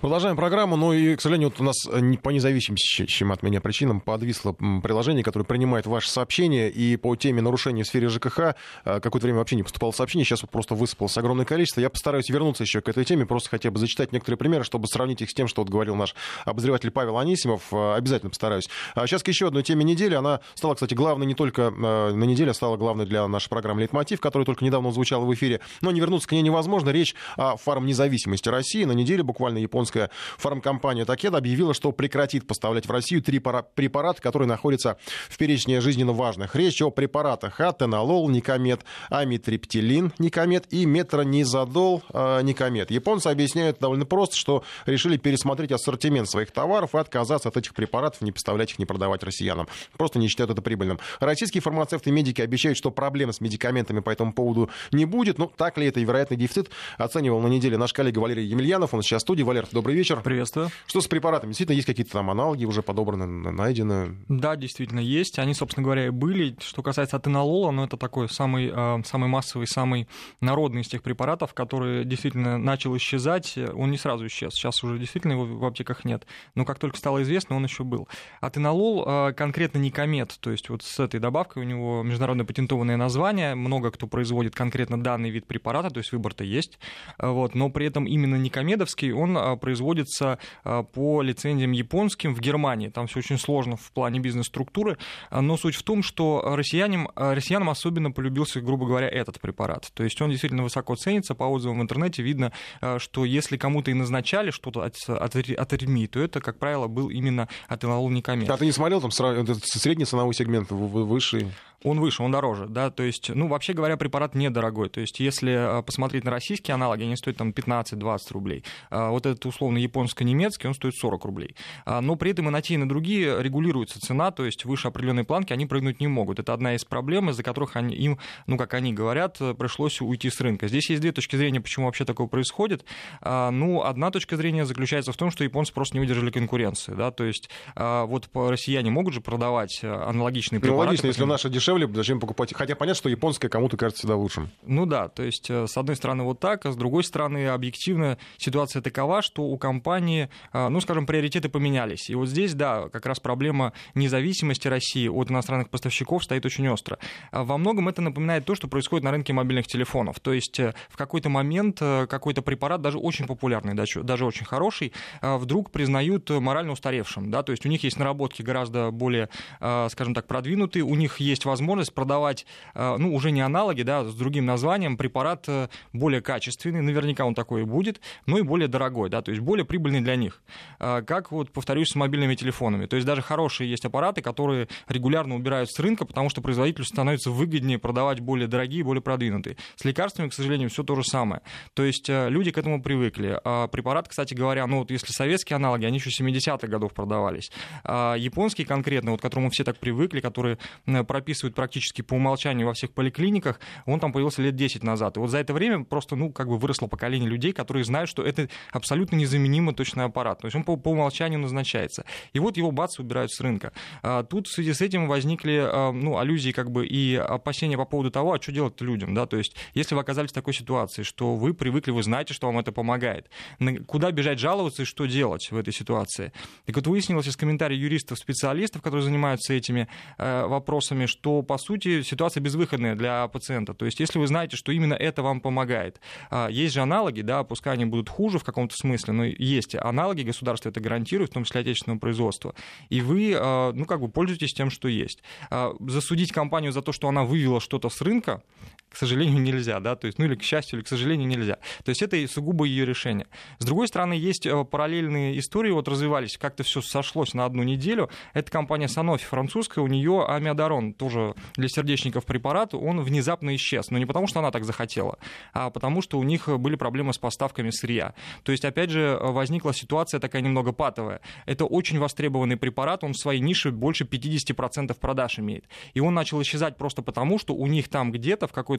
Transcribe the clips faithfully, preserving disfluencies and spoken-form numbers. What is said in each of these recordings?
Продолжаем программу, ну и, к сожалению, вот у нас по независимым от меня причинам подвисло приложение, которое принимает ваши сообщения, и по теме нарушений в сфере ЖКХ какое-то время вообще не поступало сообщение, сейчас вот просто высыпалось огромное количество. Я постараюсь вернуться еще к этой теме, просто хотя бы зачитать некоторые примеры, чтобы сравнить их с тем, что вот говорил наш обозреватель Павел Анисимов. Обязательно постараюсь. А сейчас к еще одной теме недели. Она стала, кстати, главной не только на неделе, а стала главной для нашей программы «Лейтмотив», которая только недавно звучала в эфире, но не вернуться к ней невозможно. Речь о фармнезависимости России. На неделе буквально японская фармкомпания Takeda объявила, что прекратит поставлять в Россию три препарата, которые находятся в перечне жизненно важных. Речь о препаратах атенолол, никомед, амитриптилин, никомед и метронидазол, никомед. Японцы объясняют довольно просто, что решили пересмотреть ассортимент своих товаров и отказаться от этих препаратов, не поставлять их, не продавать россиянам. Просто не считают это прибыльным. Российские фармацевты и медики обещают, что проблем с медикаментами по этому поводу не будет. Ну, так ли это и вероятный дефицит, оценивал на неделе наш коллега Валерий Емельянов. Он сейчас в студии. Валер, добрый вечер. Приветствую. Что с препаратами? Действительно, есть какие-то там аналоги уже подобраны, найдены? Да, действительно, есть. Они, собственно говоря, и были. Что касается атенолола, ну, это такой самый, самый массовый, самый народный из тех препаратов, который действительно начал исчезать. Он не сразу исчез. Сейчас уже действительно его в аптеках нет. Но как только стало известно, он еще был. Атенолол, конкретно никомед, то есть вот с этой добавкой у него международное патентованное название. Много кто производит конкретно данный вид препарата, то есть выбор-то есть. Вот, но при этом именно никомедовский, он производится по лицензиям японским в Германии. Там все очень сложно в плане бизнес-структуры, но суть в том, что россиянам, россиянам особенно полюбился, грубо говоря, этот препарат. То есть он действительно высоко ценится, по отзывам в интернете видно, что если кому-то и назначали что-то от, от, от аритмии, то это, как правило, был именно атенолол никомед. А ты не смотрел, там средний ценовой сегмент, высший? Он выше, он дороже, да, то есть, ну, вообще говоря, препарат недорогой, то есть, если посмотреть на российские аналоги, они стоят там пятнадцать-двадцать рублей, вот этот условно японско-немецкий, он стоит сорок рублей, но при этом и на те, и на другие регулируется цена, то есть, выше определенной планки они прыгнуть не могут, это одна из проблем, из-за которых они, им, ну, как они говорят, пришлось уйти с рынка. Здесь есть две точки зрения, почему вообще такое происходит, ну, одна точка зрения заключается в том, что японцы просто не выдержали конкуренции, да, то есть, вот россияне могут же продавать аналогичные препараты. Ну, логично, если наша дешевле, зачем покупать? Хотя понятно, что японское кому-то кажется всегда лучшим. Ну да, то есть, с одной стороны, вот так, а с другой стороны, объективно ситуация такова, что у компании, ну, скажем, приоритеты поменялись. И вот здесь, да, как раз проблема независимости России от иностранных поставщиков стоит очень остро. Во многом это напоминает то, что происходит на рынке мобильных телефонов. То есть, в какой-то момент какой-то препарат, даже очень популярный, даже очень хороший, вдруг признают морально устаревшим. Да? То есть, у них есть наработки гораздо более, скажем так, продвинутые, у них есть возможность возможность продавать, ну, уже не аналоги, да, с другим названием, препарат более качественный, наверняка он такой и будет, но и более дорогой, да, то есть более прибыльный для них. Как, вот, повторюсь, с мобильными телефонами. То есть даже хорошие есть аппараты, которые регулярно убирают с рынка, потому что производителю становится выгоднее продавать более дорогие, более продвинутые. С лекарствами, к сожалению, все то же самое. То есть люди к этому привыкли. Препарат, кстати говоря, ну, вот если советские аналоги, они еще с семидесятых годов продавались. Японские конкретно, вот, к которому все так привыкли, которые прописывают практически по умолчанию во всех поликлиниках, он там появился лет десять назад. И вот за это время просто, ну, как бы выросло поколение людей, которые знают, что это абсолютно незаменимый точный аппарат. То есть он по, по умолчанию назначается. И вот его, бац, убирают с рынка. Тут в связи с этим возникли, ну, аллюзии как бы и опасения по поводу того, а что делать-то людям, да, то есть если вы оказались в такой ситуации, что вы привыкли, вы знаете, что вам это помогает, куда бежать жаловаться и что делать в этой ситуации? Так вот выяснилось из комментариев юристов, специалистов, которые занимаются этими вопросами, что, по сути, ситуация безвыходная для пациента. То есть, если вы знаете, что именно это вам помогает. Есть же аналоги, да, пускай они будут хуже в каком-то смысле, но есть аналоги, государство это гарантирует, в том числе отечественного производства. И вы, ну, как бы пользуетесь тем, что есть. Засудить компанию за то, что она вывела что-то с рынка, к сожалению, нельзя, да, то есть, ну, или к счастью, или к сожалению, нельзя. То есть, это сугубо ее решение. С другой стороны, есть параллельные истории, вот развивались, как-то все сошлось на одну неделю. Это компания Sanofi французская, у нее амиодарон, тоже для сердечников препарат, он внезапно исчез. Но не потому, что она так захотела, а потому, что у них были проблемы с поставками сырья. То есть, опять же, возникла ситуация такая немного патовая. Это очень востребованный препарат, он в своей нише больше пятьдесят процентов продаж имеет. И он начал исчезать просто потому, что у них там где-то в какой-то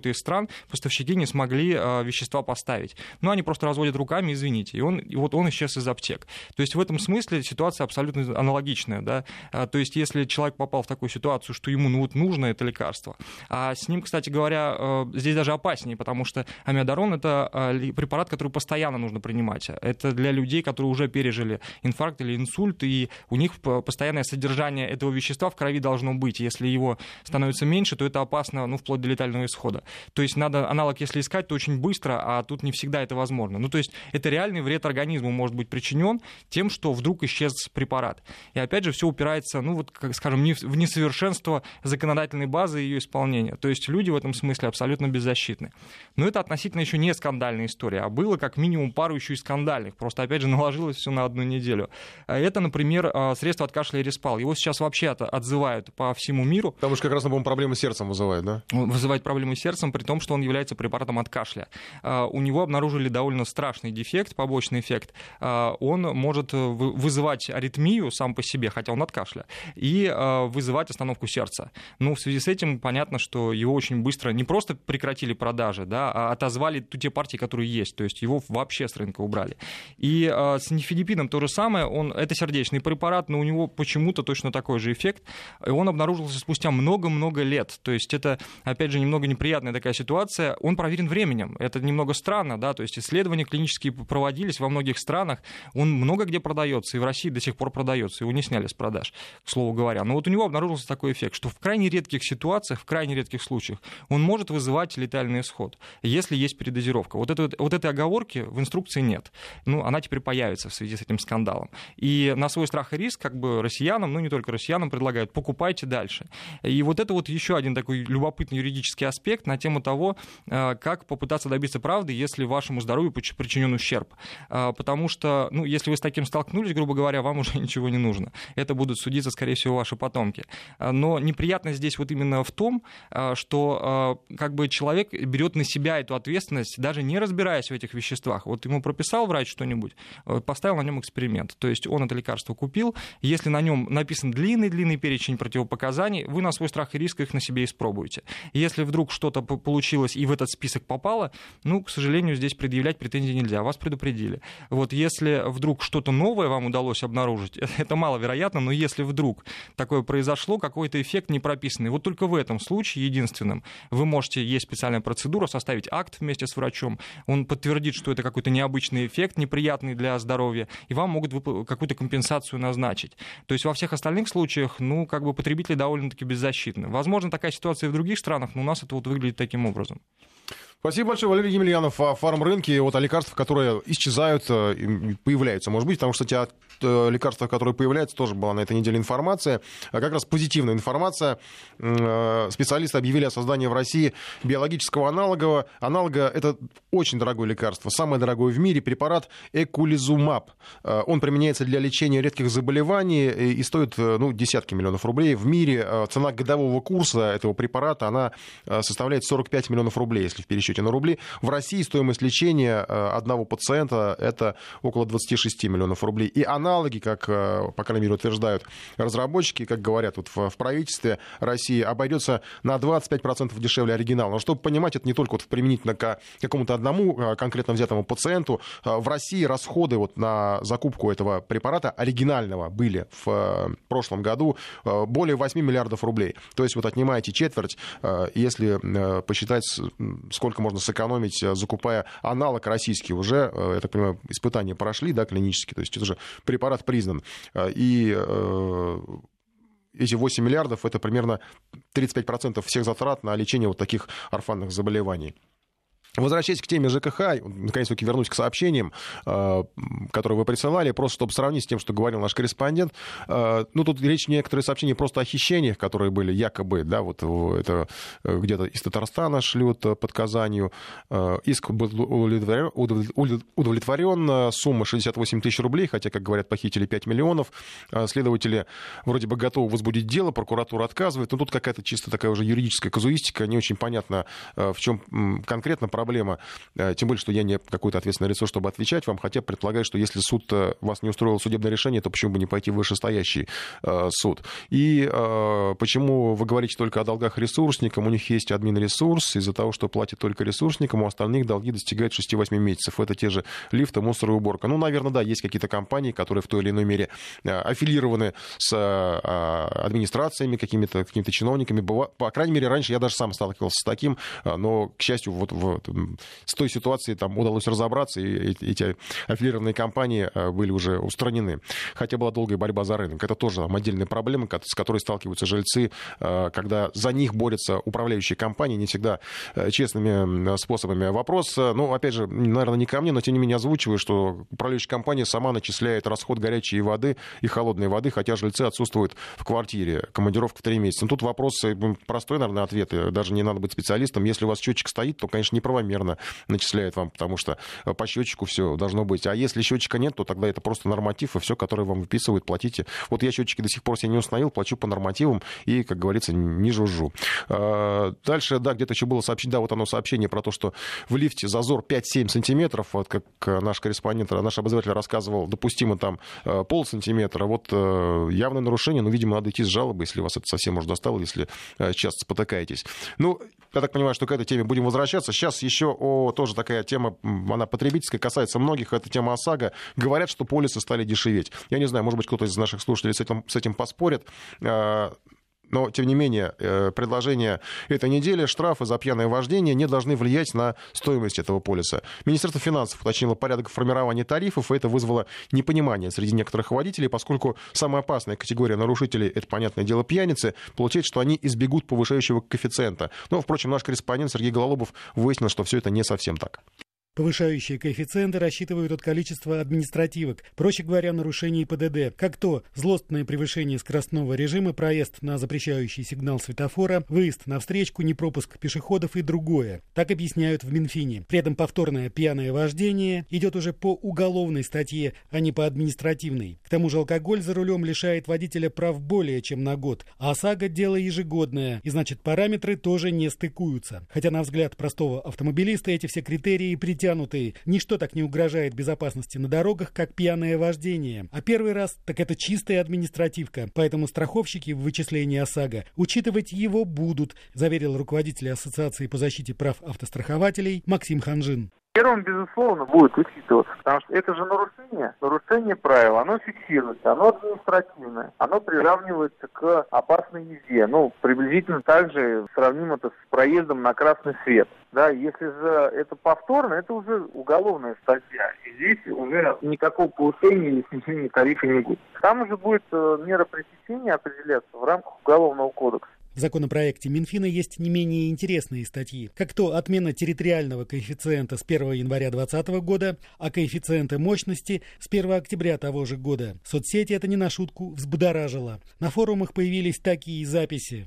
какой-то из стран поставщики не смогли вещества поставить. Ну, они просто разводят руками, извините. И, он, и вот он исчез из аптек. То есть в этом смысле ситуация абсолютно аналогичная. Да? То есть если человек попал в такую ситуацию, что ему ну, вот нужно это лекарство, а с ним, кстати говоря, здесь даже опаснее, потому что амиодарон — это препарат, который постоянно нужно принимать. Это для людей, которые уже пережили инфаркт или инсульт, и у них постоянное содержание этого вещества в крови должно быть. Если его становится меньше, то это опасно, ну, вплоть до летального исхода. То есть надо аналог, если искать, то очень быстро, а тут не всегда это возможно. Ну, то есть это реальный вред организму может быть причинен тем, что вдруг исчез препарат. И опять же, все упирается, ну, вот, как, скажем, в несовершенство законодательной базы и ее исполнения. То есть люди в этом смысле абсолютно беззащитны. Но это относительно еще не скандальная история, а было как минимум пару еще и скандальных. Просто, опять же, наложилось все на одну неделю. Это, например, средство от кашля Эриспал. Его сейчас вообще отзывают по всему миру. Потому что как раз, по-моему, проблемы с сердцем вызывает, да? Вызывает проблемы с сердцем, при том, что он является препаратом от кашля. У него обнаружили довольно страшный дефект, побочный эффект. Он может вызывать аритмию сам по себе, хотя он от кашля, и вызывать остановку сердца. Ну, в связи с этим понятно, что его очень быстро не просто прекратили продажи, да, а отозвали те партии, которые есть, то есть его вообще с рынка убрали. И с нифедипином то же самое, он, это сердечный препарат, но у него почему-то точно такой же эффект, и он обнаружился спустя много-много лет, то есть это, опять же, немного неприятная такая ситуация, он проверен временем, это немного странно, да, то есть исследования клинические проводились во многих странах, он много где продается, и в России до сих пор продается, его не сняли с продаж, к слову говоря, но вот у него обнаружился такой эффект, что в крайне редких ситуациях, в крайне редких случаях он может вызывать летальный исход, если есть передозировка. Вот, это, вот этой оговорки в инструкции нет. Ну, она теперь появится в связи с этим скандалом. И на свой страх и риск, как бы россиянам, ну не только россиянам, предлагают, покупайте дальше. И вот это вот еще один такой любопытный юридический аспект на тему того, как попытаться добиться правды, если вашему здоровью причинен ущерб. Потому что, ну, если вы с таким столкнулись, грубо говоря, вам уже ничего не нужно. Это будут судиться, скорее всего, ваши потомки. Но неприятность здесь вот именно в том, что как бы человек берет на себя эту ответственность, даже не разбираясь в этих веществах. Вот ему прописал врач что-нибудь, поставил на нем эксперимент. То есть он это лекарство купил. Если на нем написан длинный-длинный перечень противопоказаний, вы на свой страх и риск их на себе испробуете. Если вдруг что-то получилось и в этот список попало, ну, к сожалению, здесь предъявлять претензий нельзя. Вас предупредили. Вот если вдруг что-то новое вам удалось обнаружить, это маловероятно, но если вдруг такое произошло, какой-то эффект не прописанный, вот только в этом случае единственным вы можете, есть специальная процедура, составить акт вместе с врачом, он подтвердит, что это какой-то необычный эффект, неприятный для здоровья, и вам могут вып- какую-то компенсацию назначить. То есть во всех остальных случаях, ну, как бы потребители довольно-таки беззащитны. Возможно, такая ситуация и в других странах, но у нас это вот выглядит таким образом. Спасибо большое, Валерий Емельянов, о фармрынке, вот о лекарствах, которые исчезают, появляются, может быть, потому что, кстати, о лекарствах, которые появляются, тоже была на этой неделе информация, как раз позитивная информация. Специалисты объявили о создании в России биологического аналога. Аналога — это очень дорогое лекарство, самое дорогое в мире, препарат экулизумаб. Он применяется для лечения редких заболеваний и стоит, ну, десятки миллионов рублей. В мире цена годового курса этого препарата, она составляет сорок пять миллионов рублей, если в пересчете на рубли. В России стоимость лечения одного пациента — это около двадцать шесть миллионов рублей. И аналоги, как, по крайней мере, утверждают разработчики, как говорят вот в, в правительстве России, обойдется на двадцать пять процентов дешевле оригинала. Но чтобы понимать, это не только вот применительно к какому-то одному конкретно взятому пациенту. В России расходы вот на закупку этого препарата оригинального были в прошлом году более восемь миллиардов рублей. То есть вот отнимаете четверть, если посчитать, сколько можно сэкономить, закупая аналог российский уже, я так понимаю, испытания прошли, да, клинические, то есть это же препарат признан. И эти восемь миллиардов — это примерно тридцать пять процентов всех затрат на лечение вот таких орфанных заболеваний. Возвращаясь к теме ЖКХ, наконец-таки вернусь к сообщениям, которые вы присылали, просто чтобы сравнить с тем, что говорил наш корреспондент. Ну, тут речь некоторые сообщения просто о хищениях, которые были якобы, да, вот это где-то из Татарстана шлют под Казанью. Иск был удовлетворен, сумма шестьдесят восемь тысяч рублей, хотя, как говорят, похитили пять миллионов. Следователи вроде бы готовы возбудить дело, прокуратура отказывает, но тут какая-то чисто такая уже юридическая казуистика, не очень понятно, в чем конкретно проблема. проблема, тем более, что я не какое-то ответственное лицо, чтобы отвечать вам, хотя предполагаю, что если суд вас не устроил судебное решение, то почему бы не пойти в вышестоящий суд? И почему вы говорите только о долгах ресурсникам? У них есть админ-ресурс, из-за того, что платят только ресурсникам, у остальных долги достигают шести-восьми месяцев. Это те же лифты, мусор и уборка. Ну, наверное, да, есть какие-то компании, которые в той или иной мере аффилированы с администрациями, какими-то, какими-то чиновниками. По крайней мере, раньше я даже сам сталкивался с таким, но, к счастью, вот в, с той ситуацией там удалось разобраться, и эти аффилированные компании были уже устранены. Хотя была долгая борьба за рынок. Это тоже там отдельная проблема, с которой сталкиваются жильцы, когда за них борются управляющие компании, не всегда честными способами. Вопрос, ну, опять же, наверное, не ко мне, но тем не менее озвучиваю, что управляющая компания сама начисляет расход горячей воды и холодной воды, хотя жильцы отсутствуют в квартире. Командировка в три месяца. Ну, тут вопрос простой, наверное, ответ. Даже не надо быть специалистом. Если у вас счетчик стоит, то, конечно, неправомерно начисляет вам, потому что по счетчику все должно быть. А если счетчика нет, то тогда это просто норматив, и все, который вам выписывают, платите. Вот я счетчики до сих пор себе не установил, плачу по нормативам и, как говорится, не жужжу. Дальше, да, где-то еще было сообщение, да, вот оно сообщение про то, что в лифте зазор пять-семь сантиметров, вот как наш корреспондент, наш обозреватель рассказывал, допустимо там полсантиметра. Вот явное нарушение, но, видимо, надо идти с жалобой, если вас это совсем уже достало, если часто спотыкаетесь. Ну, я так понимаю, что к этой теме будем возвращаться. Сейчас еще о, тоже такая тема, она потребительская, касается многих, это тема ОСАГО. Говорят, что полисы стали дешеветь. Я не знаю, может быть, кто-то из наших слушателей с этим, с этим поспорит. Но, тем не менее, предложение этой недели: штрафы за пьяное вождение не должны влиять на стоимость этого полиса. Министерство финансов уточнило порядок формирования тарифов, и это вызвало непонимание среди некоторых водителей, поскольку самая опасная категория нарушителей, это, понятное дело, пьяницы, получается, что они избегут повышающего коэффициента. Но, впрочем, наш корреспондент Сергей Гололобов выяснил, что все это не совсем так. Повышающие коэффициенты рассчитывают от количества административок, проще говоря, нарушений ПДД, как то злостное превышение скоростного режима, проезд на запрещающий сигнал светофора, выезд на встречку, непропуск пешеходов и другое. Так объясняют в Минфине. При этом повторное пьяное вождение идет уже по уголовной статье, а не по административной. К тому же алкоголь за рулем лишает водителя прав более чем на год, а ОСАГО – дело ежегодное, и значит параметры тоже не стыкуются. Хотя на взгляд простого автомобилиста эти все критерии притянуты. Ничто так не угрожает безопасности на дорогах, как пьяное вождение. А первый раз так это чистая административка. Поэтому страховщики в вычислении ОСАГО учитывать его будут, заверил руководитель Ассоциации по защите прав автострахователей Максим Ханжин. Первым, безусловно, будет учитываться, потому что это же нарушение, нарушение правил, оно фиксируется, оно административное, оно приравнивается к опасной езде. Ну, приблизительно так же сравнимо это с проездом на красный свет. Да, если же это повторно, это уже уголовная статья, и здесь уже никакого повышения или снижения тарифа не будет. Там уже будет мера пресечения определяться в рамках Уголовного кодекса. В законопроекте Минфина есть не менее интересные статьи, как то отмена территориального коэффициента с первого января двадцатого года, а коэффициенты мощности с первого октября того же года. Соцсети это не на шутку взбудоражило. На форумах появились такие записи.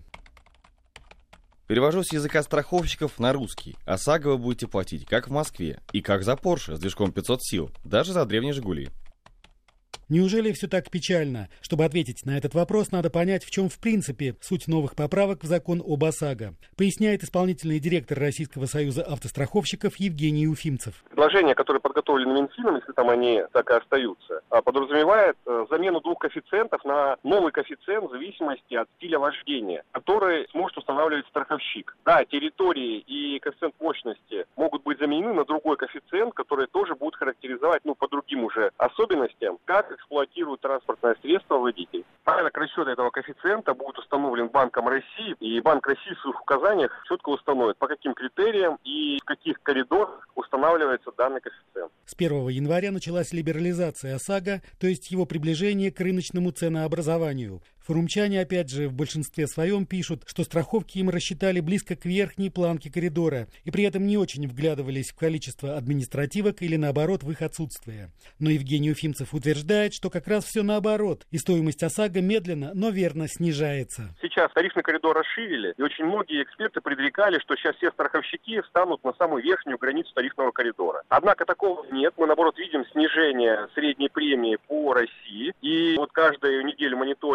Перевожу с языка страховщиков на русский. ОСАГО вы будете платить как в Москве и как за Порше с движком пятьсот сил, даже за древние Жигули. Неужели все так печально? Чтобы ответить на этот вопрос, надо понять, в чем в принципе суть новых поправок в закон об ОСАГО, поясняет исполнительный директор Российского союза автостраховщиков Евгений Уфимцев. Предложения, которые подготовлены Минфином, если там они так и остаются, подразумевает замену двух коэффициентов на новый коэффициент в зависимости от стиля вождения, который сможет устанавливать страховщик. Да, территории и коэффициент мощности могут быть заменены на другой коэффициент, который тоже будет характеризовать, ну, по другим уже особенностям, как эксплуатирует транспортное средство водитель. Порядок расчета этого коэффициента будет установлен Банком России, и Банк России в своих указаниях четко установит, по каким критериям и в каких коридорах устанавливается данный коэффициент. С первого января началась либерализация ОСАГО, то есть его приближение к рыночному ценообразованию. Форумчане, опять же, в большинстве своем пишут, что страховки им рассчитали близко к верхней планке коридора и при этом не очень вглядывались в количество административок или, наоборот, в их отсутствие. Но Евгений Уфимцев утверждает, что как раз все наоборот, и стоимость ОСАГО медленно, но верно снижается. Сейчас тарифный коридор расширили, и очень многие эксперты предрекали, что сейчас все страховщики встанут на самую верхнюю границу тарифного коридора. Однако такого нет. Мы, наоборот, видим снижение средней премии по России. И вот каждую неделю мониторя изменения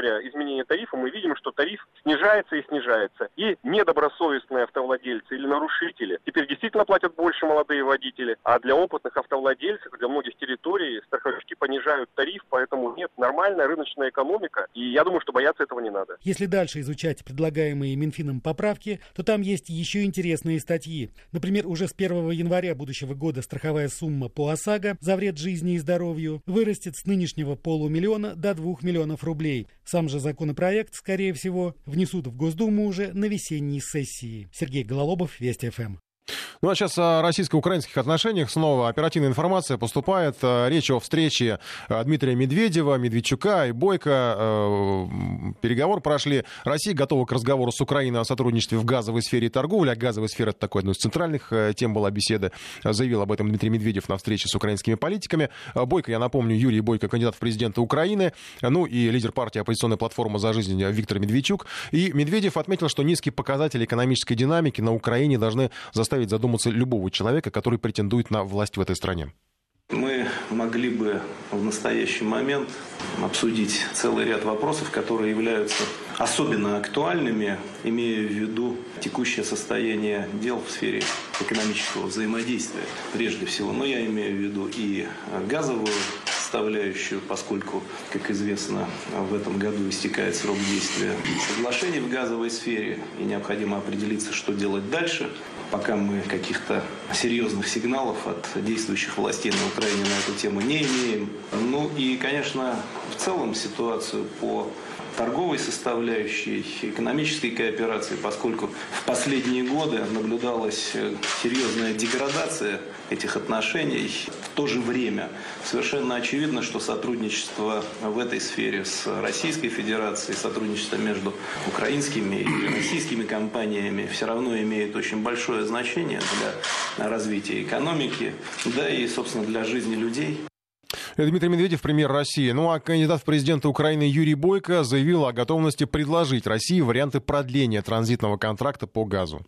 изменения тарифа мы видим, что тариф снижается и снижается. И недобросовестные автовладельцы или нарушители теперь действительно платят больше молодые водители, а для опытных автовладельцев, для многих территорий страховщики понижают тариф, поэтому нет, нормальная рыночная экономика, и я думаю, что бояться этого не надо. Если дальше изучать предлагаемые Минфином поправки, то там есть еще интересные статьи. Например, уже с первого января будущего года страховая сумма по ОСАГО за вред жизни и здоровью вырастет с нынешнего полумиллиона до двух миллионов рублей. Сам же законопроект, скорее всего, внесут в Госдуму уже на весенней сессии. Сергей Гололобов, Вести ФМ. Ну а сейчас о российско-украинских отношениях. Снова оперативная информация поступает. Речь о встрече Дмитрия Медведева, Медведчука и Бойко. Переговоры прошли. Россия готова к разговору с Украиной о сотрудничестве в газовой сфере и торговле. А газовая сфера — это такой одной из центральных тем была беседа. Заявил об этом Дмитрий Медведев на встрече с украинскими политиками. Бойко, я напомню, Юрий Бойко, кандидат в президенты Украины. Ну и лидер партии «Оппозиционная платформа за жизнь» Виктор Медведчук. И Медведев отметил, что низкие показатели экономической динамики на Украине должны заставить задуматься любого человека, который претендует на власть в этой стране. Мы могли бы в настоящий момент обсудить целый ряд вопросов, которые являются особенно актуальными, имея в виду текущее состояние дел в сфере экономического взаимодействия прежде всего. Но я имею в виду и газовую составляющую, поскольку, как известно, в этом году истекает срок действия соглашений в газовой сфере, и необходимо определиться, что делать дальше, пока мы каких-то серьезных сигналов от действующих властей на Украине на эту тему не имеем. Ну и, конечно, в целом ситуацию по торговой составляющей, экономической кооперации, поскольку в последние годы наблюдалась серьезная деградация этих отношений. В то же время совершенно очевидно, что сотрудничество в этой сфере с Российской Федерацией, сотрудничество между украинскими и российскими компаниями все равно имеет очень большое значение для развития экономики, да и, собственно, для жизни людей. Дмитрий Медведев, премьер России. Ну а кандидат в президенты Украины Юрий Бойко заявил о готовности предложить России варианты продления транзитного контракта по газу.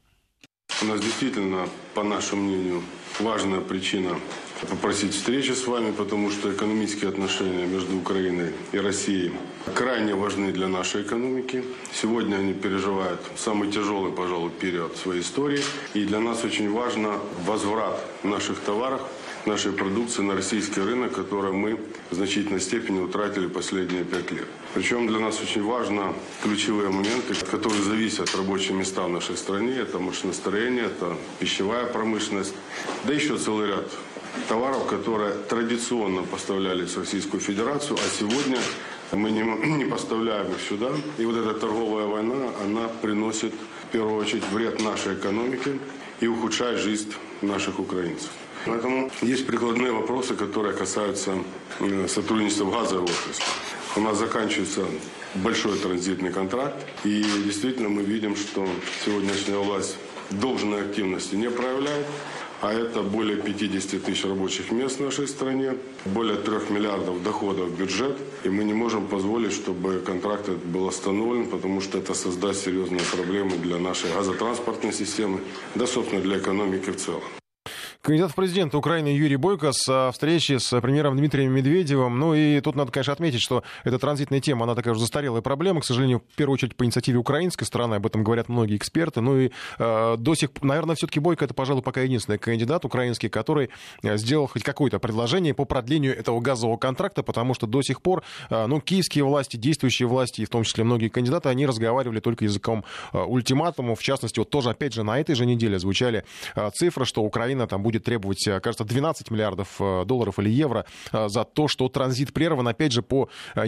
У нас действительно, по нашему мнению, важная причина попросить встречи с вами, потому что экономические отношения между Украиной и Россией крайне важны для нашей экономики. Сегодня они переживают самый тяжелый, пожалуй, период своей истории. И для нас очень важно возврат наших товаров, нашей продукции на российский рынок, который мы в значительной степени утратили последние пять лет. Причем для нас очень важно ключевые моменты, которые зависят от рабочих мест в нашей стране. Это машиностроение, это пищевая промышленность, да еще целый ряд товаров, которые традиционно поставлялись в Российскую Федерацию, а сегодня мы не, не поставляем их сюда. И вот эта торговая война, она приносит в первую очередь вред нашей экономике и ухудшает жизнь наших украинцев. Поэтому есть прикладные вопросы, которые касаются сотрудничества в газовой отрасли. У нас заканчивается большой транзитный контракт, и действительно мы видим, что сегодняшняя власть должной активности не проявляет, а это более пятьдесят тысяч рабочих мест в нашей стране, более трех миллиардов доходов в бюджет, и мы не можем позволить, чтобы контракт этот был остановлен, потому что это создаст серьезные проблемы для нашей газотранспортной системы, да, собственно, для экономики в целом. Кандидат в президенты Украины Юрий Бойко с встречи с премьером Дмитрием Медведевым. Ну и тут надо, конечно, отметить, что эта транзитная тема, она такая уже застарелая проблема, к сожалению, в первую очередь по инициативе украинской стороны, об этом говорят многие эксперты. Ну и э, до сих пор, наверное, все-таки Бойко это, пожалуй, пока единственный кандидат украинский, который сделал хоть какое-то предложение по продлению этого газового контракта, потому что до сих пор, э, ну, киевские власти, действующие власти, и в том числе многие кандидаты, они разговаривали только языком э, ультиматума. В частности, вот тоже, опять же, на этой же неделе звучали э, цифры, что Украина там будет требовать, кажется, двенадцать миллиардов долларов или евро за то, что транзит прерван, опять же, по,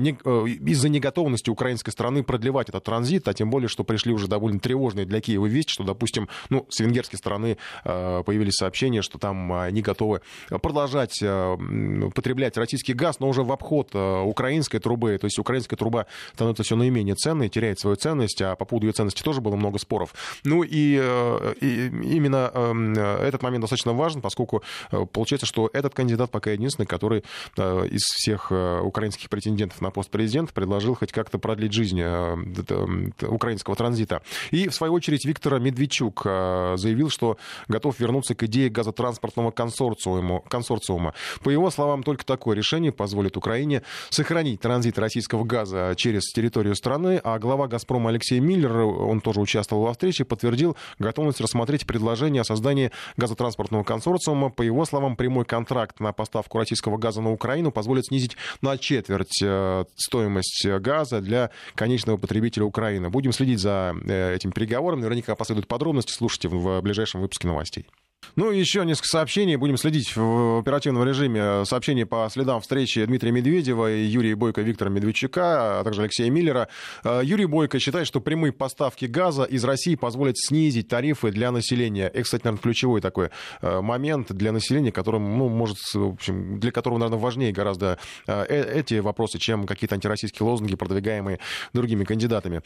из-за неготовности украинской стороны продлевать этот транзит, а тем более, что пришли уже довольно тревожные для Киева вести, что, допустим, ну, с венгерской стороны появились сообщения, что там они готовы продолжать потреблять российский газ, но уже в обход украинской трубы, то есть украинская труба становится все наименее ценной, теряет свою ценность, а по поводу ее ценности тоже было много споров. Ну и, и именно этот момент достаточно важный. важен, поскольку получается, что этот кандидат пока единственный, который из всех украинских претендентов на пост президента предложил хоть как-то продлить жизнь украинского транзита. И, в свою очередь, Виктор Медведчук заявил, что готов вернуться к идее газотранспортного консорциума. консорциума. По его словам, только такое решение позволит Украине сохранить транзит российского газа через территорию страны, а глава «Газпрома» Алексей Миллер, он тоже участвовал во встрече, подтвердил готовность рассмотреть предложение о создании газотранспортного консорциума. По его словам, прямой контракт на поставку российского газа на Украину позволит снизить на четверть стоимость газа для конечного потребителя Украины. Будем следить за этим переговором. Наверняка последуют подробности. Слушайте в ближайшем выпуске новостей. Ну и еще несколько сообщений. Будем следить в оперативном режиме. Сообщения по следам встречи Дмитрия Медведева и Юрия Бойко, Виктора Медведчука, а также Алексея Миллера. Юрий Бойко считает, что прямые поставки газа из России позволят снизить тарифы для населения. Это, кстати, наверное, ключевой такой момент для населения, которым, ну, может, в общем, для которого, наверное, важнее гораздо эти вопросы, чем какие-то антироссийские лозунги, продвигаемые другими кандидатами.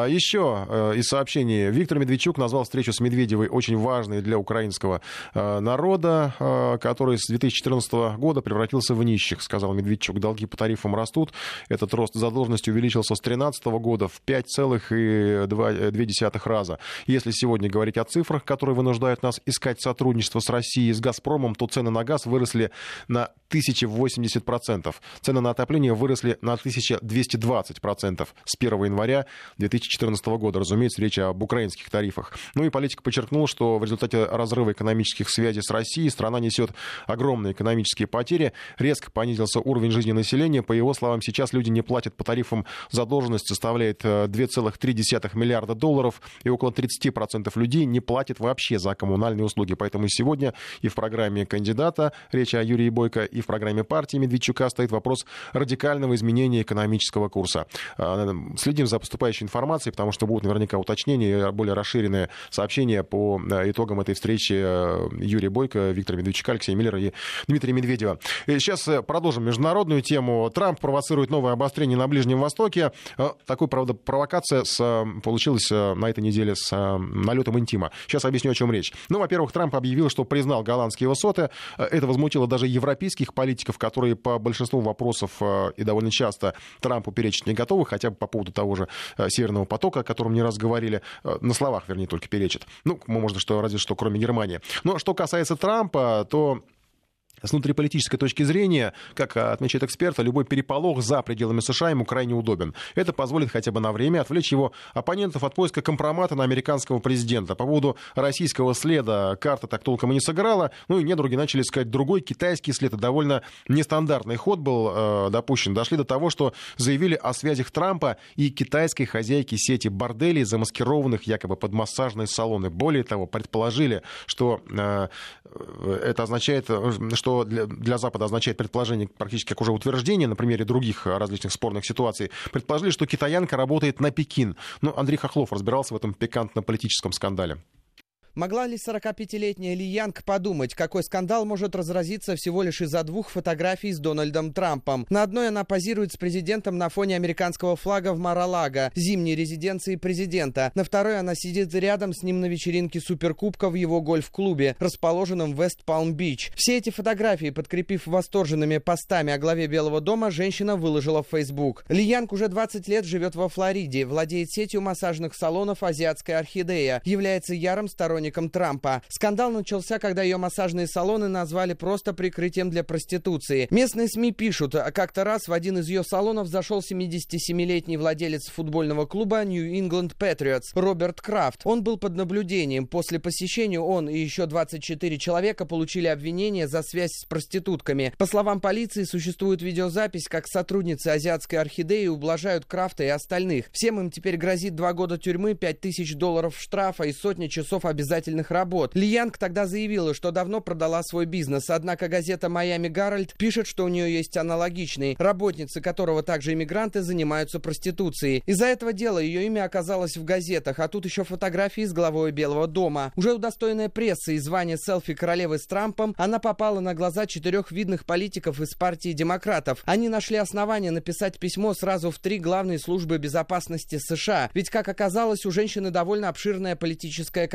Еще из сообщений. Виктор Медведчук назвал встречу с Медведевой очень важной для украинского народа, который с две тысячи четырнадцатого года превратился в нищих, сказал Медведчук. Долги по тарифам растут. Этот рост задолженности увеличился с две тысячи тринадцатого года в пять целых две десятых раза. Если сегодня говорить о цифрах, которые вынуждают нас искать сотрудничество с Россией, с «Газпромом», то цены на газ выросли на тысяча восемьдесят процентов. Цены на отопление выросли на тысяча двести двадцать процентов с первого января две тысячи четырнадцатого года. Разумеется, речь об украинских тарифах. Ну и политик подчеркнул, что в результате разрыва экономических связей с Россией страна несет огромные экономические потери. Резко понизился уровень жизни населения. По его словам, сейчас люди не платят по тарифам. Задолженность составляет две целых три десятых миллиарда долларов. И около тридцать процентов людей не платят вообще за коммунальные услуги. Поэтому сегодня и в программе кандидата, речь о Юрии Бойко, и в программе партии Медведчука стоит вопрос радикального изменения экономического курса. Следим за поступающей информацией, потому что будут наверняка уточнения, более расширенные сообщения по итогам этой встречи Юрия Бойко, Виктора Медведчука, Алексея Миллера и Дмитрия Медведева. И сейчас продолжим международную тему. Трамп провоцирует новое обострение на Ближнем Востоке. Такой, правда, провокация с, получилась на этой неделе с налетом интима. Сейчас объясню, о чем речь. Ну, во-первых, Трамп объявил, что признал голландские высоты. Это возмутило даже европейских политиков, которые по большинству вопросов и довольно часто Трампу перечить не готовы, хотя бы по поводу того же Северного потока, о котором не раз говорили. На словах, вернее, только перечат. Ну, можно, что разве что кроме Германии. Но что касается Трампа, то с внутриполитической точки зрения, как отмечает эксперт, любой переполох за пределами США ему крайне удобен. Это позволит хотя бы на время отвлечь его оппонентов от поиска компромата на американского президента. По поводу российского следа карта так толком и не сыграла. Ну и недруги начали искать другой китайский след. Это довольно нестандартный ход был э, допущен. Дошли до того, что заявили о связях Трампа и китайской хозяйки сети борделей, замаскированных якобы под массажные салоны. Более того, предположили, что э, это означает, что что для, для Запада означает предположение практически как уже утверждение на примере других различных спорных ситуаций, предположили, что китаянка работает на Пекин. Но Андрей Хохлов разбирался в этом пикантно-политическом скандале. Могла ли сорокапятилетняя Ли Янг подумать, какой скандал может разразиться всего лишь из-за двух фотографий с Дональдом Трампом? На одной она позирует с президентом на фоне американского флага в Мар-а-Лаго, зимней резиденции президента. На второй она сидит рядом с ним на вечеринке Суперкубка в его гольф-клубе, расположенном в Вест-Палм-Бич. Все эти фотографии, подкрепив восторженными постами о главе Белого дома, женщина выложила в Facebook. Ли Янг уже двадцать лет живет во Флориде, владеет сетью массажных салонов «Азиатская орхидея», является ярым сторонником Трампа. Скандал начался, когда ее массажные салоны назвали просто прикрытием для проституции. Местные СМИ пишут, как-то раз в один из ее салонов зашел семидесятисемилетний владелец футбольного клуба New England Patriots Роберт Крафт. Он был под наблюдением. После посещения он и еще двадцать четыре человека получили обвинения за связь с проститутками. По словам полиции, существует видеозапись, как сотрудницы «Азиатской орхидеи» ублажают Крафта и остальных. Всем им теперь грозит два года тюрьмы, пять тысяч долларов штрафа и сотни часов обязательных обязательных работ. Ли Янг тогда заявила, что давно продала свой бизнес, однако газета «Майами Гарольд» пишет, что у нее есть аналогичный, работницы которого также иммигранты занимаются проституцией. Из-за этого дела ее имя оказалось в газетах, а тут еще фотографии с главой Белого дома. Уже удостоенная прессы и звания селфи королевы с Трампом, она попала на глаза четырех видных политиков из партии демократов. Они нашли основания написать письмо сразу в три главные службы безопасности США. Ведь, как оказалось, у женщины довольно обширная политическая карьера.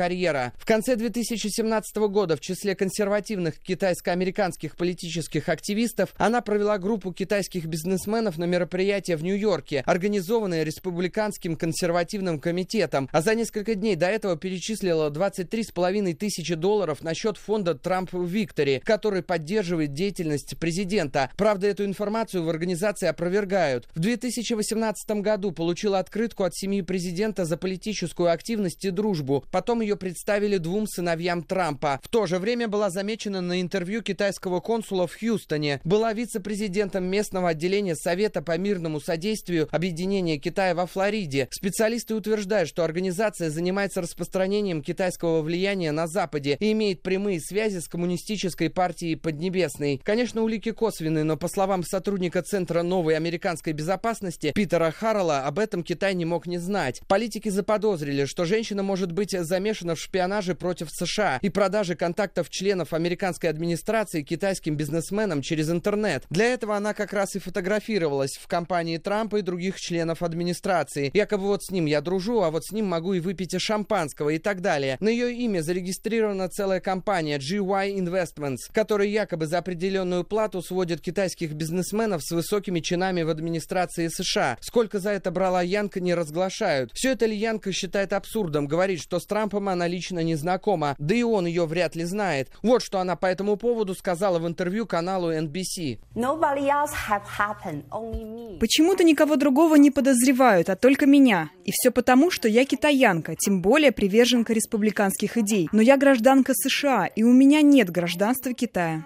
президента. В конце две тысячи семнадцатого года в числе консервативных китайско-американских политических активистов она провела группу китайских бизнесменов на мероприятие в Нью-Йорке, организованное республиканским консервативным комитетом, а за несколько дней до этого перечислила двадцать три с половиной тысячи долларов на счет фонда Trump Victory, который поддерживает деятельность президента. Правда, эту информацию в организации опровергают. В две тысячи восемнадцатом году получила открытку от семьи президента за политическую активность и дружбу. Потом ее представили двум сыновьям Трампа. В то же время была замечена на интервью китайского консула в Хьюстоне. Была вице-президентом местного отделения Совета по мирному содействию Объединения Китая во Флориде. Специалисты утверждают, что организация занимается распространением китайского влияния на Западе и имеет прямые связи с коммунистической партией Поднебесной. Конечно, улики косвенные, но по словам сотрудника Центра новой американской безопасности Питера Харрелла, об этом Китай не мог не знать. Политики заподозрили, что женщина может быть замешана в шпионаже против США и продаже контактов членов американской администрации китайским бизнесменам через интернет. Для этого она как раз и фотографировалась в компании Трампа и других членов администрации. Якобы вот с ним я дружу, а вот с ним могу и выпить и шампанского и так далее. На ее имя зарегистрирована целая компания джи уай Investments, которая якобы за определенную плату сводит китайских бизнесменов с высокими чинами в администрации США. Сколько за это брала Янг, не разглашают. Все это Ли Янг считает абсурдом, говорит, что с Трампом она лично не знакома, да и он ее вряд ли знает. Вот что она по этому поводу сказала в интервью каналу эн би си. Почему-то никого другого не подозревают, а только меня. И все потому, что я китаянка, тем более приверженка республиканских идей. Но я гражданка США, и у меня нет гражданства Китая.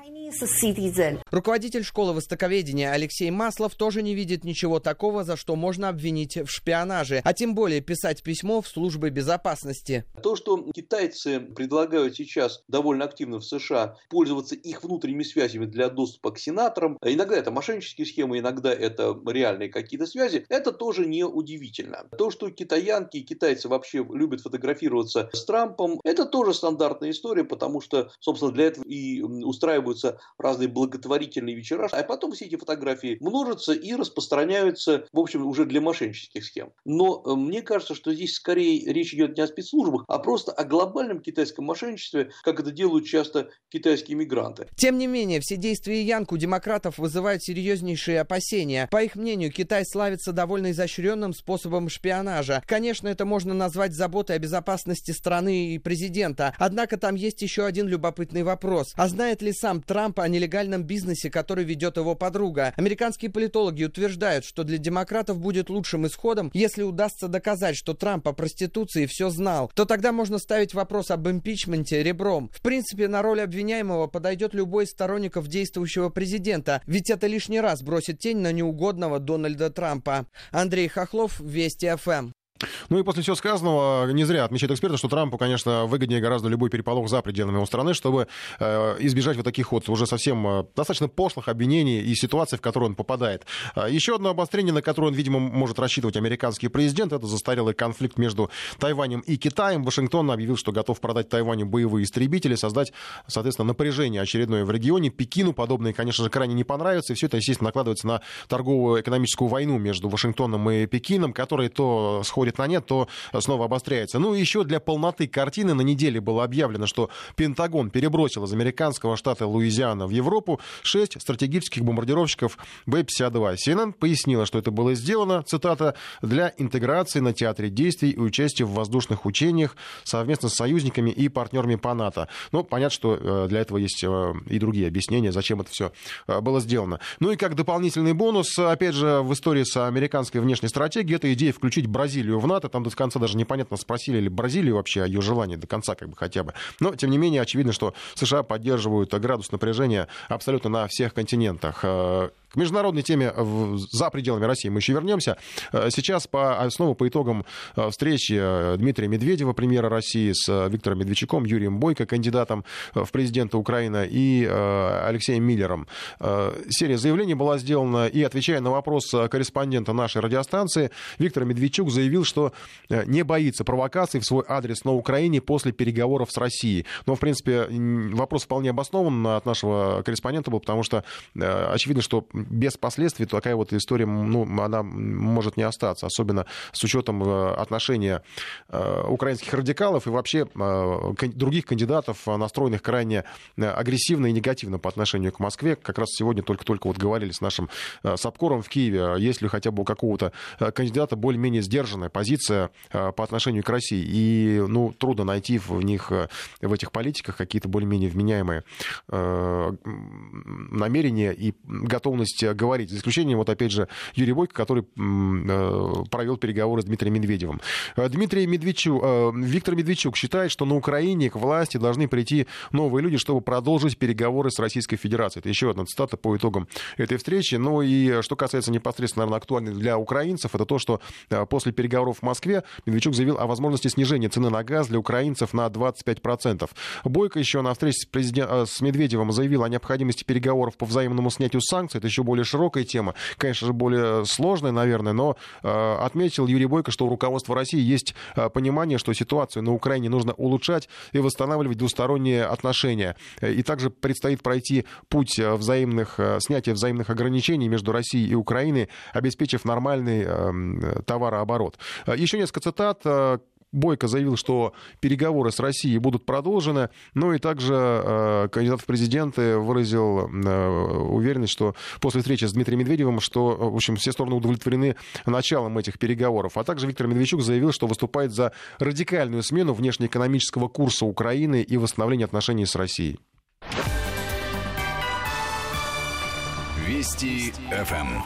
Руководитель школы востоковедения Алексей Маслов тоже не видит ничего такого, за что можно обвинить в шпионаже, а тем более писать письмо в службы безопасности. То, что китайцы предлагают сейчас довольно активно в США пользоваться их внутренними связями для доступа к сенаторам, иногда это мошеннические схемы, иногда это реальные какие-то связи, это тоже не удивительно. То, что китаянки и китайцы вообще любят фотографироваться с Трампом, это тоже стандартная история, потому что, собственно, для этого и устраиваются разные благотворительные вечера, а потом все эти фотографии множатся и распространяются, в общем, уже для мошеннических схем. Но э, мне кажется, что здесь скорее речь идет не о спецслужбах, а просто о глобальном китайском мошенничестве, как это делают часто китайские мигранты. Тем не менее, все действия Янг у демократов вызывают серьезнейшие опасения. По их мнению, Китай славится довольно изощренным способом шпионажа. Конечно, это можно назвать заботой о безопасности страны и президента. Однако там есть еще один любопытный вопрос. А знает ли сам Трамп о нелегальном бизнесе, который ведет его подруга? Американские политологи утверждают, что для демократов будет лучшим исходом, если удастся доказать, что Трамп о проституции все знал. То тогда можно ставить вопрос об импичменте ребром. В принципе, на роль обвиняемого подойдет любой из сторонников действующего президента, ведь это лишний раз бросит тень на неугодного Дональда Трампа. Андрей Хохлов, Вести эф эм. Ну и после всего сказанного, не зря отмечают эксперты, что Трампу, конечно, выгоднее гораздо любой переполох за пределами его страны, чтобы э, избежать вот таких вот уже совсем э, достаточно пошлых обвинений и ситуаций, в которые он попадает. Еще одно обострение, на которое он, видимо, может рассчитывать американский президент, это застарелый конфликт между Тайванем и Китаем. Вашингтон объявил, что готов продать Тайваню боевые истребители, создать, соответственно, напряжение очередное в регионе. Пекину подобное, конечно же, крайне не понравится, и все это, естественно, накладывается на торговую экономическую войну между Вашингтоном и Пекином, которая то сходит на нет, то снова обостряется. Ну и еще для полноты картины на неделе было объявлено, что Пентагон перебросил из американского штата Луизиана в Европу шесть стратегических бомбардировщиков бэ пятьдесят два. си эн эн пояснила, что это было сделано, цитата, для интеграции на театре действий и участия в воздушных учениях совместно с союзниками и партнерами по НАТО. Ну, понятно, что для этого есть и другие объяснения, зачем это все было сделано. Ну и как дополнительный бонус, опять же, в истории с американской внешней стратегией, это идея включить Бразилию в НАТО. Там до конца даже непонятно, спросили ли Бразилию вообще о ее желании до конца, как бы хотя бы. Но, тем не менее, очевидно, что США поддерживают градус напряжения абсолютно на всех континентах. К международной теме за пределами России мы еще вернемся. Сейчас по, снова по итогам встречи Дмитрия Медведева, премьера России, с Виктором Медведчуком, Юрием Бойко, кандидатом в президенты Украины, и Алексеем Миллером. Серия заявлений была сделана, и, отвечая на вопрос корреспондента нашей радиостанции, Виктор Медведчук заявил, что не боится провокаций в свой адрес на Украине после переговоров с Россией. Но, в принципе, вопрос вполне обоснован от нашего корреспондента был, потому что очевидно, что без последствий такая вот история, ну, она может не остаться, особенно с учетом отношения украинских радикалов и вообще других кандидатов, настроенных крайне агрессивно и негативно по отношению к Москве. Как раз сегодня только-только вот говорили с нашим САПКОРом в Киеве, есть ли хотя бы у какого-то кандидата более-менее сдержанная позиция по отношению к России. И, ну, трудно найти в них, в этих политиках какие-то более-менее вменяемые намерения и готовность говорить. За исключением, вот опять же, Юрия Бойко, который провел переговоры с Дмитрием Медведевым. Дмитрий Медведчук, Виктор Медведчук считает, что на Украине к власти должны прийти новые люди, чтобы продолжить переговоры с Российской Федерацией. Это еще одна цитата по итогам этой встречи. Ну и что касается непосредственно, наверное, актуальной для украинцев, это то, что после переговоров в Москве Медведчук заявил о возможности снижения цены на газ для украинцев на двадцать пять процентов. Бойко еще на встрече с, президент... с Медведевым заявил о необходимости переговоров по взаимному снятию санкций. Это еще более широкая тема, конечно же, более сложная, наверное, но э, отметил Юрий Бойко, что у руководства России есть э, понимание, что ситуацию на Украине нужно улучшать и восстанавливать двусторонние отношения. И также предстоит пройти путь взаимных, снятия взаимных ограничений между Россией и Украиной, обеспечив нормальный э, товарооборот. Еще несколько цитат. Бойко заявил, что переговоры с Россией будут продолжены, ну и также э, кандидат в президенты выразил э, уверенность, что после встречи с Дмитрием Медведевым, что, в общем, все стороны удовлетворены началом этих переговоров. А также Виктор Медведчук заявил, что выступает за радикальную смену внешнеэкономического курса Украины и восстановление отношений с Россией. Вести эф эм.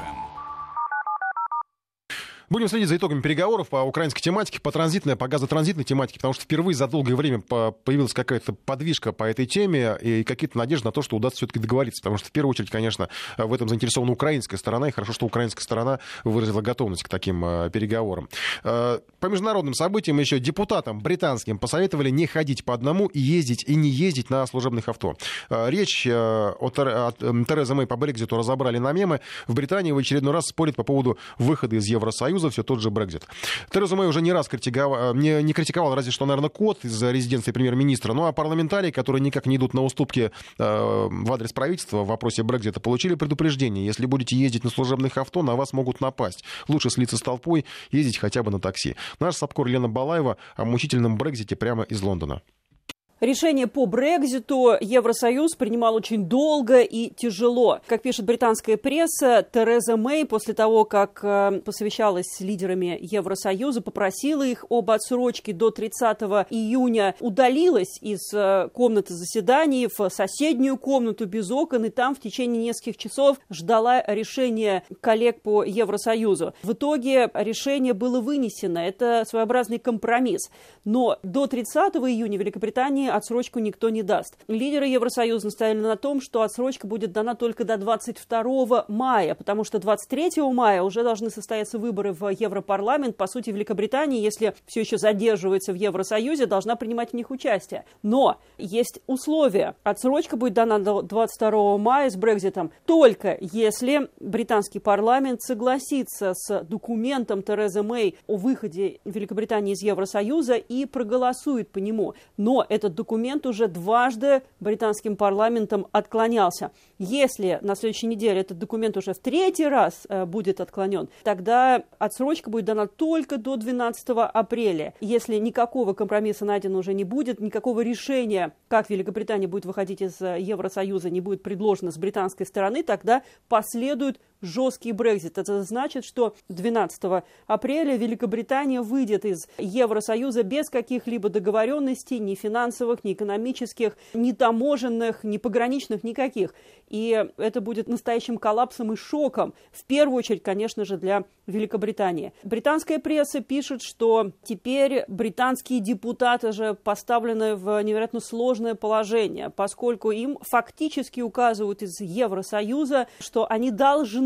Будем следить за итогами переговоров по украинской тематике, по транзитной, по газотранзитной тематике, потому что впервые за долгое время появилась какая-то подвижка по этой теме и какие-то надежды на то, что удастся все-таки договориться. Потому что в первую очередь, конечно, в этом заинтересована украинская сторона, и хорошо, что украинская сторона выразила готовность к таким переговорам. По международным событиям еще депутатам британским посоветовали не ходить по одному и ездить и не ездить на служебных авто. Речь о Терезе Мэй по Брекситу разобрали на мемы. В Британии в очередной раз спорят по поводу выхода из Евросоюза, все тот же Брексит. Тереза Мэй уже не раз критиковала, не, не критиковала, разве что, наверное, Кот из резиденции премьер-министра. Ну а парламентарии, которые никак не идут на уступки э, в адрес правительства в вопросе Брексита, получили предупреждение. Если будете ездить на служебных авто, на вас могут напасть. Лучше слиться с толпой, ездить хотя бы на такси. Наш САПКОР Лена Балаева о мучительном Брексите прямо из Лондона. Решение по Брекситу Евросоюз принимал очень долго и тяжело. Как пишет британская пресса, Тереза Мэй после того, как посовещалась с лидерами Евросоюза, попросила их об отсрочке до тридцатого июня, удалилась из комнаты заседаний в соседнюю комнату без окон и там в течение нескольких часов ждала решения коллег по Евросоюзу. В итоге решение было вынесено. Это своеобразный компромисс. Но до тридцатого июня Великобритания отсрочку никто не даст. Лидеры Евросоюза настояли на том, что отсрочка будет дана только до двадцать второго мая, потому что двадцать третьего мая уже должны состояться выборы в Европарламент. По сути, Великобритания, если все еще задерживается в Евросоюзе, должна принимать в них участие. Но есть условия. Отсрочка будет дана до двадцать второго мая с Брекситом только если британский парламент согласится с документом Терезы Мэй о выходе Великобритании из Евросоюза и проголосует по нему. Но этот документ уже дважды британским парламентом отклонялся. Если на следующей неделе этот документ уже в третий раз э, будет отклонен, тогда отсрочка будет дана только до двенадцатого апреля. Если никакого компромисса найдено уже не будет, никакого решения, как Великобритания будет выходить из Евросоюза, не будет предложено с британской стороны, тогда последует жесткий Брексит. Это значит, что двенадцатого апреля Великобритания выйдет из Евросоюза без каких-либо договоренностей, ни финансовых, ни экономических, ни таможенных, ни пограничных, никаких. И это будет настоящим коллапсом и шоком, в первую очередь, конечно же, для Великобритании. Британская пресса пишет, что теперь британские депутаты же поставлены в невероятно сложное положение, поскольку им фактически указывают из Евросоюза, что они должны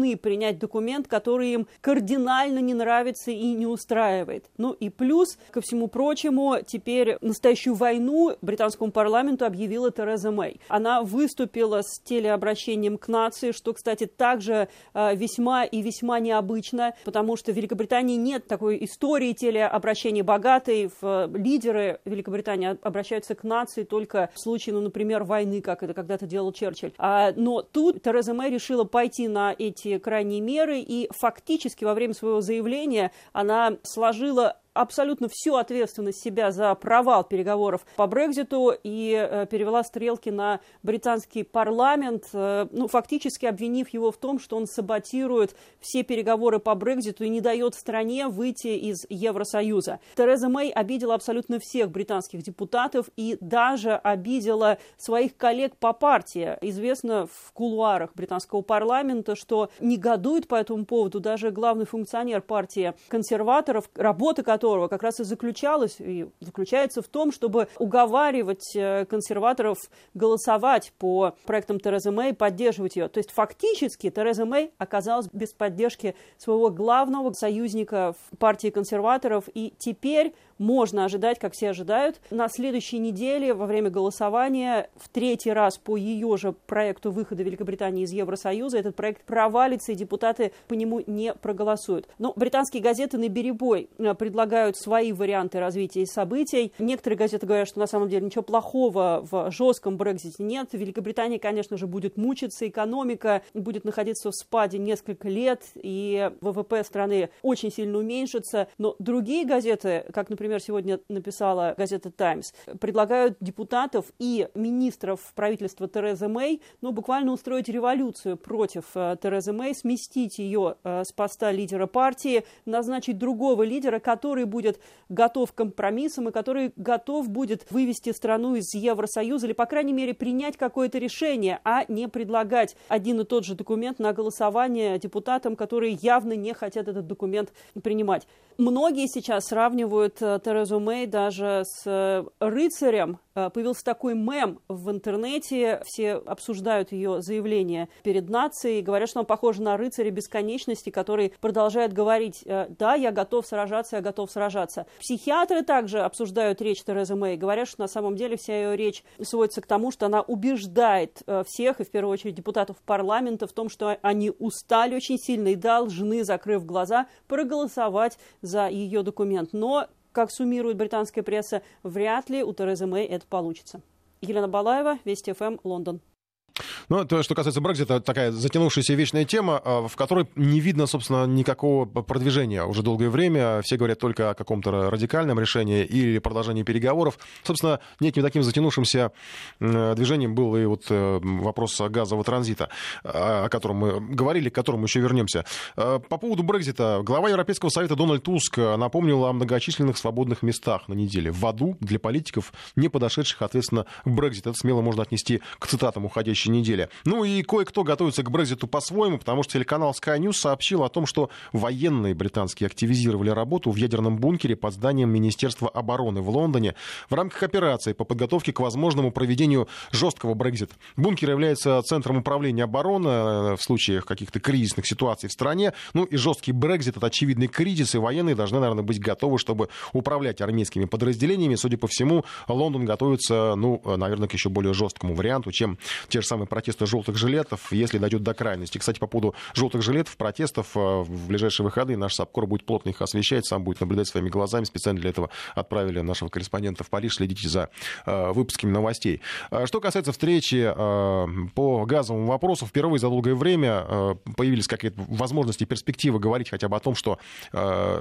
должны принять документ, который им кардинально не нравится и не устраивает. Ну и плюс, ко всему прочему, теперь настоящую войну британскому парламенту объявила Тереза Мэй. Она выступила с телеобращением к нации, что, кстати, также э, весьма и весьма необычно, потому что в Великобритании нет такой истории телеобращения богатой. В, лидеры Великобритании обращаются к нации только в случае, ну, например, войны, как это когда-то делал Черчилль. А, но тут Тереза Мэй решила пойти на эти крайние меры, и фактически во время своего заявления она сложила абсолютно всю ответственность себя за провал переговоров по Брекситу и э, перевела стрелки на британский парламент, э, ну, фактически обвинив его в том, что он саботирует все переговоры по Брекситу и не дает стране выйти из Евросоюза. Тереза Мэй обидела абсолютно всех британских депутатов и даже обидела своих коллег по партии. Известно в кулуарах британского парламента, что негодует по этому поводу даже главный функционер партии консерваторов, работа которой как раз и заключалась и заключается в том, чтобы уговаривать консерваторов голосовать по проектам Терезы Мэй, поддерживать ее. То есть фактически Тереза Мэй оказалась без поддержки своего главного союзника в партии консерваторов, и теперь можно ожидать, как все ожидают, на следующей неделе во время голосования в третий раз по ее же проекту выхода Великобритании из Евросоюза этот проект провалится, и депутаты по нему не проголосуют. Но британские газеты наперебой предлагают свои варианты развития событий. Некоторые газеты говорят, что на самом деле ничего плохого в жестком Брексите нет. Великобритания, конечно же, будет мучиться, экономика будет находиться в спаде несколько лет, и ВВП страны очень сильно уменьшится. Но другие газеты, как, например, Например, сегодня написала газета «Таймс», предлагают депутатов и министров правительства Терезы Мэй, ну, буквально устроить революцию против э, Терезы Мэй, сместить ее э, с поста лидера партии, назначить другого лидера, который будет готов к компромиссам и который готов будет вывести страну из Евросоюза или, по крайней мере, принять какое-то решение, а не предлагать один и тот же документ на голосование депутатам, которые явно не хотят этот документ принимать. Многие сейчас сравнивают Терезу Мэй даже с рыцарем. Появился такой мем в интернете, все обсуждают ее заявление перед нацией, говорят, что он похож на рыцаря бесконечности, который продолжает говорить: да, я готов сражаться, я готов сражаться. Психиатры также обсуждают речь Терезы Мэй, говорят, что на самом деле вся ее речь сводится к тому, что она убеждает всех, и в первую очередь депутатов парламента, в том, что они устали очень сильно и должны, закрыв глаза, проголосовать за ее документ. Но, как суммирует британская пресса, вряд ли у Терезы Мэй это получится. Елена Балаева, Вести ФМ, Лондон. Ну, то, что касается Брексита, такая затянувшаяся вечная тема, в которой не видно, собственно, никакого продвижения уже долгое время. Все говорят только о каком-то радикальном решении или продолжении переговоров. Собственно, неким таким затянувшимся движением был и вот вопрос газового транзита, о котором мы говорили, к которому еще вернемся. По поводу Брексита, глава Европейского совета Дональд Туск напомнил о многочисленных свободных местах на неделе в аду для политиков, не подошедших, ответственно, к Брекситу. Это смело можно отнести к цитатам уходящей недели. Ну и кое-кто готовится к Брекситу по-своему, потому что телеканал Sky News сообщил о том, что военные британские активизировали работу в ядерном бункере под зданием Министерства обороны в Лондоне в рамках операции по подготовке к возможному проведению жесткого Брексита. Бункер является центром управления обороны в случаях каких-то кризисных ситуаций в стране. Ну и жесткий Брексит — это очевидный кризис, и военные должны, наверное, быть готовы, чтобы управлять армейскими подразделениями. Судя по всему, Лондон готовится, ну, наверное, к еще более жесткому варианту, чем те же самые протесты желтых жилетов, если дойдет до крайности. Кстати, по поводу желтых жилетов, протестов, в ближайшие выходные наш САПКОР будет плотно их освещать, сам будет наблюдать своими глазами. Специально для этого отправили нашего корреспондента в Париж. Следите за э, выпусками новостей. Что касается встречи э, по газовому вопросу, впервые за долгое время э, появились какие-то возможности, перспективы говорить хотя бы о том, что э,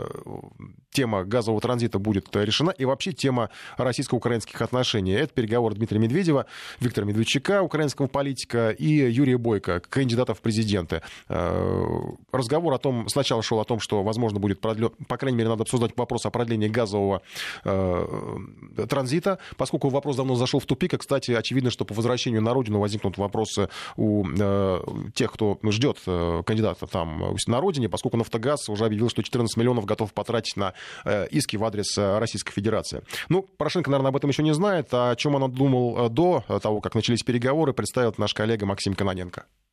тема газового транзита будет решена, и вообще тема российско-украинских отношений. Это переговоры Дмитрия Медведева, Виктора Медведчука, украинского политика, и Юрия Бойко, кандидата в президенты. Разговор о том, сначала шел о том, что, возможно, будет продлен, по крайней мере, надо обсуждать вопрос о продлении газового э, транзита, поскольку вопрос давно зашел в тупик. И, кстати, очевидно, что по возвращению на родину возникнут вопросы у э, тех, кто ждет э, кандидата там на родине, поскольку «Нафтогаз» уже объявил, что четырнадцать миллионов готов потратить на э, иски в адрес Российской Федерации. Ну, Порошенко, наверное, об этом еще не знает. О чем он думал до того, как начались переговоры, представил наш коллега Максим Кононенко.